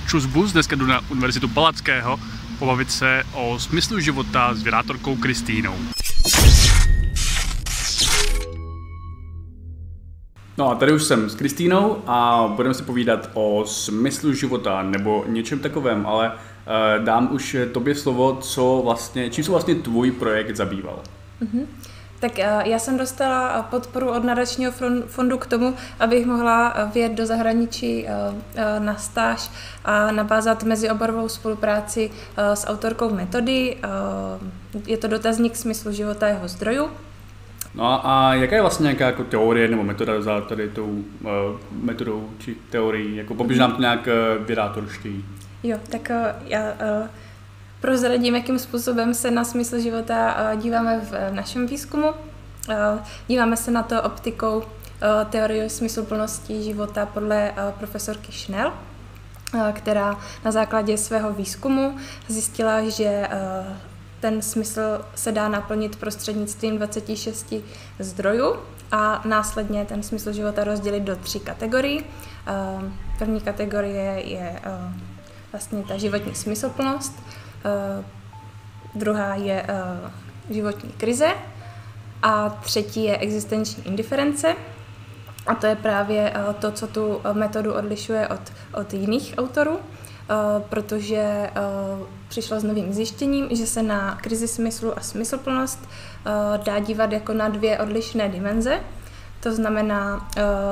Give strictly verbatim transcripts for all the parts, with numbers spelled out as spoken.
Čus bus, dneska jdu na Univerzitu Palackého pobavit se o smyslu života s vědátorkou Kristýnou. No a tady už jsem s Kristýnou a budeme si povídat o smyslu života nebo něčem takovém, ale uh, dám už tobě slovo, co vlastně, čím se vlastně tvůj projekt zabýval. Mm-hmm. Tak já jsem dostala podporu od nadačního fondu k tomu, abych mohla vyjet do zahraničí na stáž a navázat mezioborovou spolupráci s autorkou metody. Je to dotazník smyslu života jeho zdrojů. No a jaká je vlastně nějaká jako teorie nebo metoda za tady tou uh, metodou či teorií? Jako popiš nám to nějak uh, vědátorštěji. Jo, tak uh, já uh, prozradím, jakým způsobem se na smysl života uh, díváme v našem výzkumu. Uh, díváme se na to optikou uh, teorie smysluplnosti života podle uh, profesorky Schnell, uh, která na základě svého výzkumu zjistila, že uh, ten smysl se dá naplnit prostřednictvím dvaceti šesti zdrojů a následně ten smysl života rozdělit do tří kategorií. První kategorie je vlastně ta životní smysluplnost, druhá je životní krize a třetí je existenční indiference. A to je právě to, co tu metodu odlišuje od, od jiných autorů, protože přišlo s novým zjištěním, že se na krizi smyslu a smysluplnost dá dívat jako na dvě odlišné dimenze. To znamená,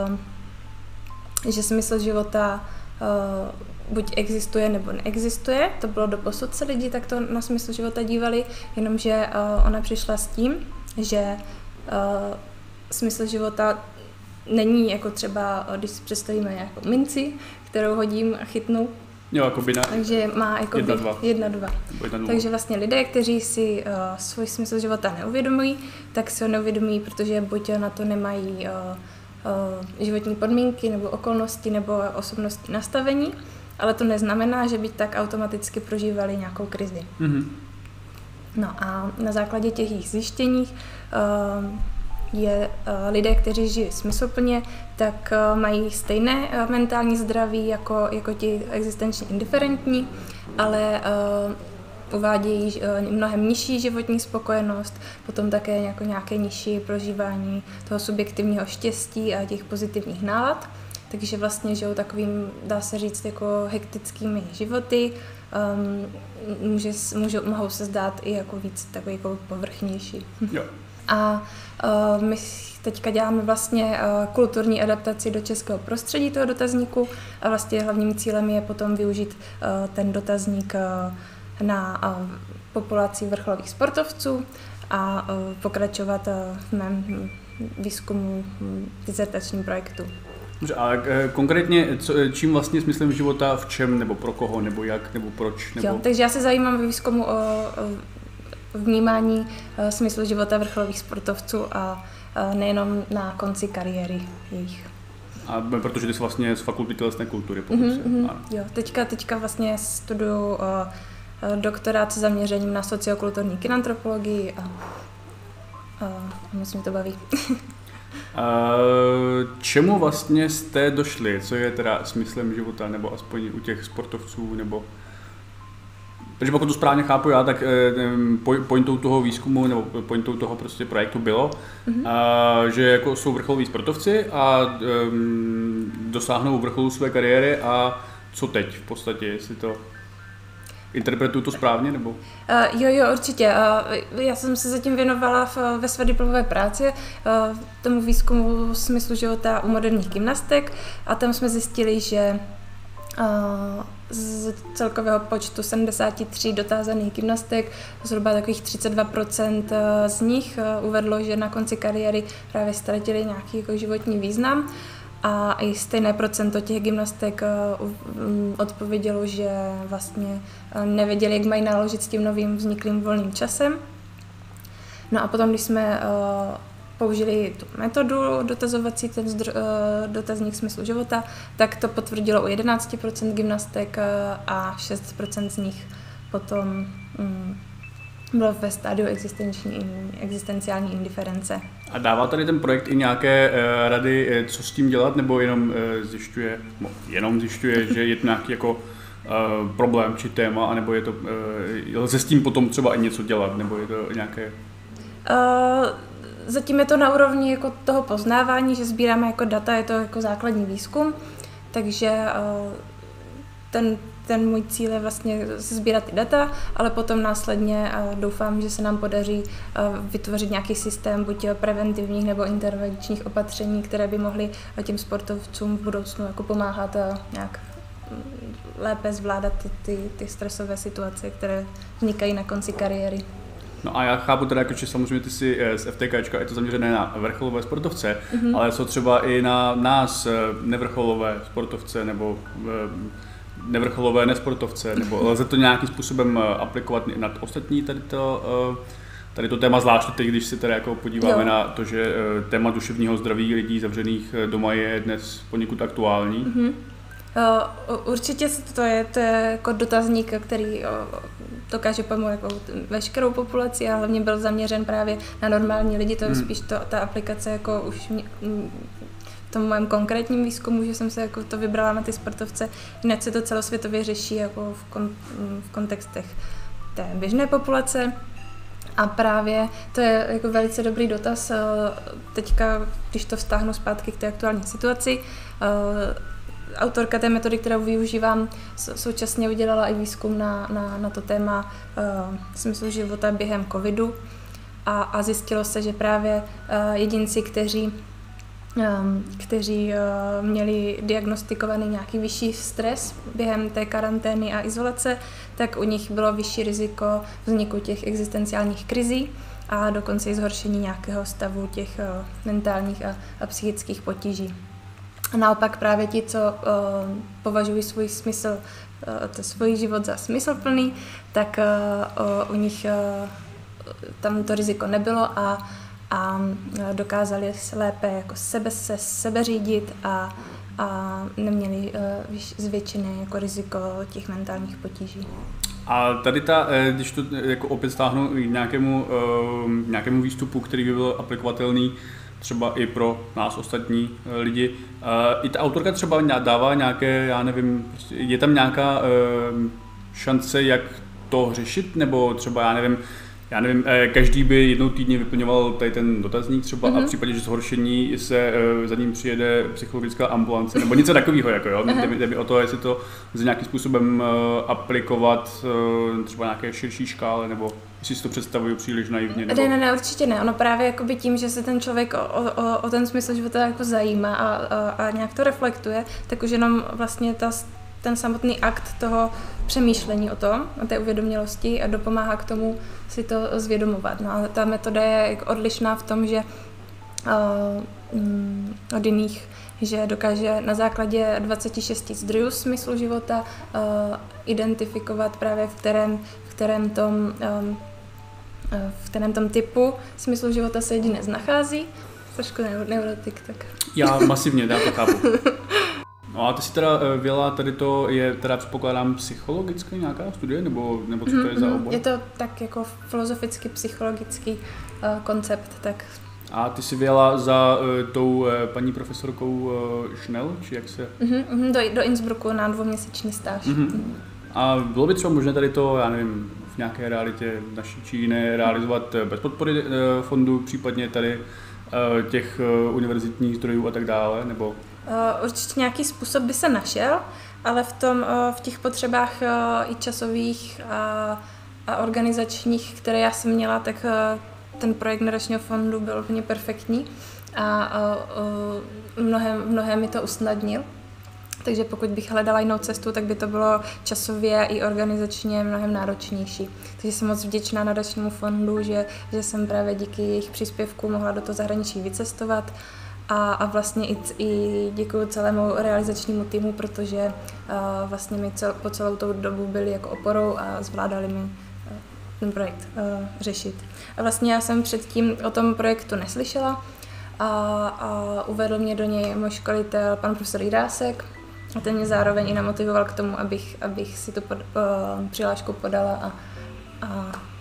že smysl života buď existuje nebo neexistuje. To bylo doposud, se lidi takto na smysl života dívali, jenomže ona přišla s tím, že smysl života není jako třeba, když si představíme nějakou minci, kterou hodím a chytnu. Jo, jako by na... Takže má jako jedna, dva. Jedna, dva. Jedna, dva. Takže vlastně lidé, kteří si uh, svůj smysl života neuvědomují, tak si ho neuvědomují, protože buď na to nemají uh, uh, životní podmínky, nebo okolnosti, nebo osobnostní nastavení, ale to neznamená, že by tak automaticky prožívali nějakou krizi. Mm-hmm. No a na základě těch jejich zjištění uh, je uh, lidé, kteří žijí smysluplně, tak uh, mají stejné uh, mentální zdraví jako, jako ti existenčně indiferentní, ale uh, uvádějí uh, mnohem nižší životní spokojenost, potom také jako nějaké nižší prožívání toho subjektivního štěstí a těch pozitivních nálad. Takže vlastně žijou takovým, dá se říct, jako hektickými životy, um, může, můžou, mohou se zdát i jako víc takový jako povrchnější. Jo. A uh, my teďka děláme vlastně uh, kulturní adaptaci do českého prostředí toho dotazníku a vlastně hlavním cílem je potom využít uh, ten dotazník uh, na uh, populaci vrcholových sportovců a uh, pokračovat uh, v mém výzkumu dizertačním projektu. A konkrétně, co, čím vlastně smyslem života, v čem, nebo pro koho, nebo jak, nebo proč? Nebo... Jo, takže já se zajímám ve výzkumu o, o vnímání o smyslu života vrcholových sportovců a, a nejenom na konci kariéry jejich. A protože ty jsi vlastně z fakulty tělesné kultury, pokud mm-hmm, se... Mm, jo, teďka, teďka vlastně studuju o, o doktorát se zaměřením na sociokulturní kinantropologii a, a moc mě to baví. Čemu vlastně jste došli? Co je teda smyslem života, nebo aspoň u těch sportovců, nebo... Protože pokud to správně chápu já, tak pointou toho výzkumu nebo pointou toho prostě projektu bylo, mm-hmm. a, že jako jsou vrcholoví sportovci a um, dosáhnou vrcholu své kariéry a co teď v podstatě, jestli to... Interpretuju to správně, nebo? Uh, jo, jo, určitě. Uh, já jsem se zatím věnovala v, ve své diplomové práci uh, tomu výzkumu smyslu života u moderních gymnastek a tam jsme zjistili, že uh, z celkového počtu sedmdesáti tří dotázaných gymnastek zhruba takových třicet dva procent z nich uh, uvedlo, že na konci kariéry právě ztratili nějaký jako životní význam. A i stejné procento těch gymnastek odpovědělo, že vlastně nevěděli, jak mají naložit s tím novým vzniklým volným časem. No a potom, když jsme použili tu metodu dotazovací, ten zdro, dotazník smyslu života, tak to potvrdilo u jedenáct procent gymnastek a šest procent z nich potom bylo ve stádiu existenční, existenciální indiference. A dává tady ten projekt i nějaké uh, rady, co s tím dělat, nebo jenom uh, zjišťuje, no, jenom zjišťuje, že je to nějaký jako uh, problém či téma, anebo je to, uh, lze s tím potom třeba i něco dělat, nebo je to nějaké... Uh, zatím je to na úrovni jako toho poznávání, že sbíráme jako data, je to jako základní výzkum, takže uh, ten, ten můj cíl je vlastně sbírat ty data, ale potom následně uh, doufám, že se nám podaří uh, vytvořit nějaký systém buď preventivních nebo intervenčních opatření, které by mohly těm sportovcům v budoucnu jako pomáhat a nějak lépe zvládat ty, ty, ty stresové situace, které vznikají na konci kariéry. No a já chápu teda, jako, že samozřejmě ty jsi z FTKčka, je to zaměřené na vrcholové sportovce, mm-hmm. ale jsou třeba i na nás nevrcholové sportovce nebo nevrcholové nesportovce, nebo lze to nějakým způsobem aplikovat na ostatní tady to, tady to téma, zvláště teď, když se teda jako podíváme jo. na to, že téma duševního zdraví lidí zavřených doma je dnes poněkud aktuální. Mm-hmm. Určitě to je, to je jako dotazník, který dokáže pomoct jako veškerou populaci a hlavně byl zaměřen právě na normální lidi, to je hmm. spíš to, ta aplikace jako už mě, v tom mém konkrétním výzkumu, že jsem se jako to vybrala na ty sportovce, jinak se to celosvětově řeší jako v, kon, v kontextech té běžné populace. A právě to je jako velice dobrý dotaz teďka, když to vztáhnu zpátky k té aktuální situaci. Autorka té metody, kterou využívám, současně udělala i výzkum na, na, na to téma uh, smyslu života během covidu a, a zjistilo se, že právě uh, jedinci, kteří, um, kteří uh, měli diagnostikovaný nějaký vyšší stres během té karantény a izolace, tak u nich bylo vyšší riziko vzniku těch existenciálních krizí a dokonce i zhoršení nějakého stavu těch uh, mentálních a, a psychických potíží. A naopak právě ti, co uh, považují svůj smysl, uh, to svůj život za smysluplný, tak uh, uh, u nich uh, tam to riziko nebylo a, a dokázali lépe jako sebe, se sebe řídit a, a neměli uh, zvětšené jako riziko těch mentálních potíží. A tady ta, když to jako opět stáhnu k nějakému, uh, nějakému výstupu, který by byl aplikovatelný třeba i pro nás ostatní lidi. I ta autorka třeba dává nějaké, já nevím, je tam nějaká šance, jak to řešit, nebo třeba, já nevím, já nevím, každý by jednou týdně vyplňoval tady ten dotazník třeba mm-hmm. a v případě, že zhoršení se za ním přijede psychologická ambulance, nebo něco takového, jako jo, jde by, jde by o to, jestli to lze nějakým způsobem aplikovat třeba nějaké širší škále, nebo jestli si to představuju příliš naivně. Nebo... Ne, ne, ne, určitě ne. Ono právě jakoby tím, že se ten člověk o, o, o ten smysl života jako zajímá a, a, a nějak to reflektuje, tak už jenom vlastně ta, ten samotný akt toho přemýšlení o tom, o té uvědomělosti a dopomáhá k tomu si to zvědomovat. No a ta metoda je jako odlišná v tom, že uh, um, od jiných, že dokáže na základě dvacet šest zdrojů smyslu života uh, identifikovat právě v kterém, v kterém tom um, v kterém tom typu smyslu života se jedinec nachází. Trošku neurotik, tak. Já masivně, já to chápu. No a ty si teda věla, tady to je teda předpokládám psychologicky nějaká studie, nebo, nebo co to je za obor? Je to tak jako filozoficky, psychologický uh, koncept, tak. A ty si věla za uh, tou uh, paní profesorkou uh, Schnell, či jak se? Uh-huh, do, do Innsbrucku na dvouměsíční stáž. Uh-huh. Uh-huh. A bylo by třeba možné tady to, já nevím, v nějaké realitě naší či jiné realizovat bez podpory uh, fondu, případně tady uh, těch uh, univerzitních zdrojů a tak dále, nebo? Uh, určitě nějaký způsob by se našel, ale v, tom, uh, v těch potřebách uh, i časových a, a organizačních, které já jsem měla, tak uh, ten projekt Nadačního fondu byl úplně perfektní a uh, uh, mnohem, mnohem mi to usnadnil. Takže pokud bych hledala jinou cestu, tak by to bylo časově i organizačně mnohem náročnější. Takže jsem moc vděčná Nadačnímu fondu, že, že jsem právě díky jejich příspěvku mohla do toho zahraničí vycestovat. A, a vlastně i, i děkuji celému realizačnímu týmu, protože uh, vlastně mi cel, po celou tou dobu byli jako oporou a zvládali mi uh, ten projekt uh, řešit. A vlastně já jsem předtím o tom projektu neslyšela a, a uvedl mě do něj můj školitel, pan profesor Jirásek, a ten mě zároveň i namotivoval k tomu, abych, abych si tu pod, uh, přihlášku podala a, a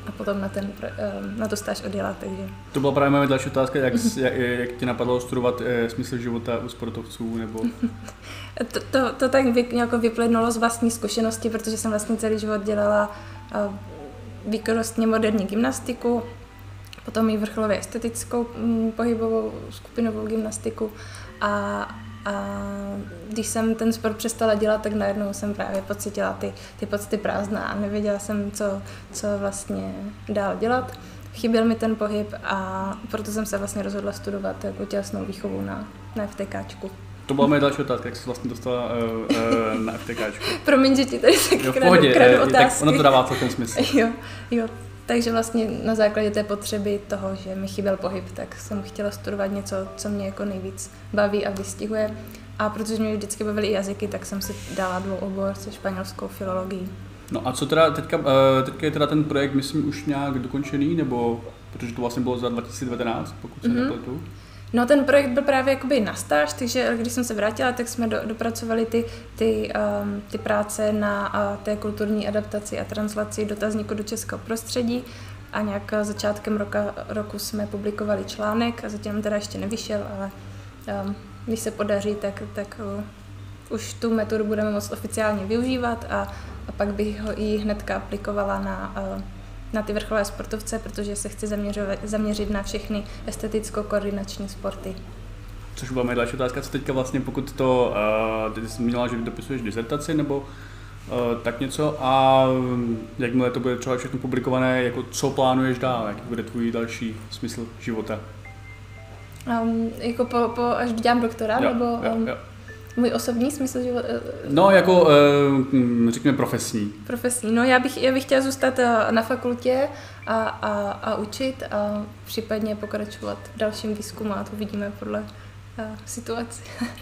a potom na, ten, na tu stáž odjela, takže... To byla právě moje další otázka, jak, jak, jak ti napadlo studovat e, smysl života u sportovců, nebo... to, to, to tak vy, jako vyplynulo z vlastní zkušenosti, protože jsem vlastně celý život dělala výkonnostně moderní gymnastiku, potom i vrcholově estetickou m, pohybovou skupinovou gymnastiku a, a když jsem ten sport přestala dělat, tak najednou jsem právě pocítila ty, ty pocity prázdná a nevěděla jsem, co, co vlastně dál dělat. Chyběl mi ten pohyb a proto jsem se vlastně rozhodla studovat jako tělesnou výchovu na, na FTKčku. To byla moje další otázka, jak jsi vlastně dostala uh, uh, na FTKčku. Promiň, že ti tady se jo, kradu, kradu otázky. Tak ono to dává celkem smysl. Jo, jo. Takže vlastně na základě té potřeby toho, že mi chyběl pohyb, tak jsem chtěla studovat něco, co mě jako nejvíc baví a vystihuje. A protože mě vždycky bavily i jazyky, tak jsem si dala dvouobor se španělskou filologií. No a co teda, teďka, teďka je teda ten projekt, myslím, už nějak dokončený, nebo, protože to vlastně bylo za dva tisíce devatenáct, pokud se mm-hmm. nepletu? No ten projekt byl právě jakoby na stáž, takže když jsem se vrátila, tak jsme do, dopracovali ty, ty, um, ty práce na uh, té kulturní adaptaci a translaci dotazníku do českého prostředí a nějak začátkem roka, roku jsme publikovali článek a zatím teda ještě nevyšel, ale um, když se podaří, tak, tak uh, už tu metodu budeme moct oficiálně využívat a, a pak bych ho i hnedka aplikovala na uh, na ty vrcholové sportovce, protože se chci zaměřit na všechny esteticko-koordinační sporty. Což byla moje další otázka, co teďka vlastně, pokud to, uh, ty jsi měla, že dopisuješ disertaci nebo uh, tak něco a jakmile to bude třeba všechno publikované, jako co plánuješ dál, jaký bude tvůj další smysl života? Um, jako po, po, až dělám doktora, jo, nebo... Jo, um, jo. Můj osobní smysl života? No, jako, řekněme, profesní. Profesní. No, já bych, já bych chtěla zůstat na fakultě a, a, a učit a případně pokračovat v dalším výzkumu a to uvidíme podle uh, situace.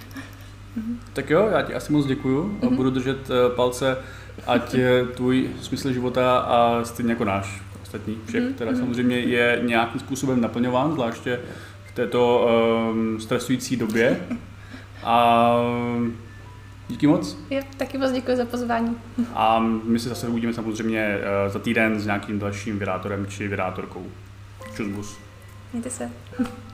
Tak jo, já ti asi moc děkuju. Mm-hmm. Budu držet palce, ať tvůj smysl života a stejně jako náš ostatní všech, mm-hmm. teda samozřejmě je nějakým způsobem naplňován, zvláště v této um, stresující době. A díky moc. Jo, taky moc děkuji za pozvání. A my se zase uvidíme samozřejmě za týden s nějakým dalším vydátorem či vydátorkou. Čus bus. Mějte se.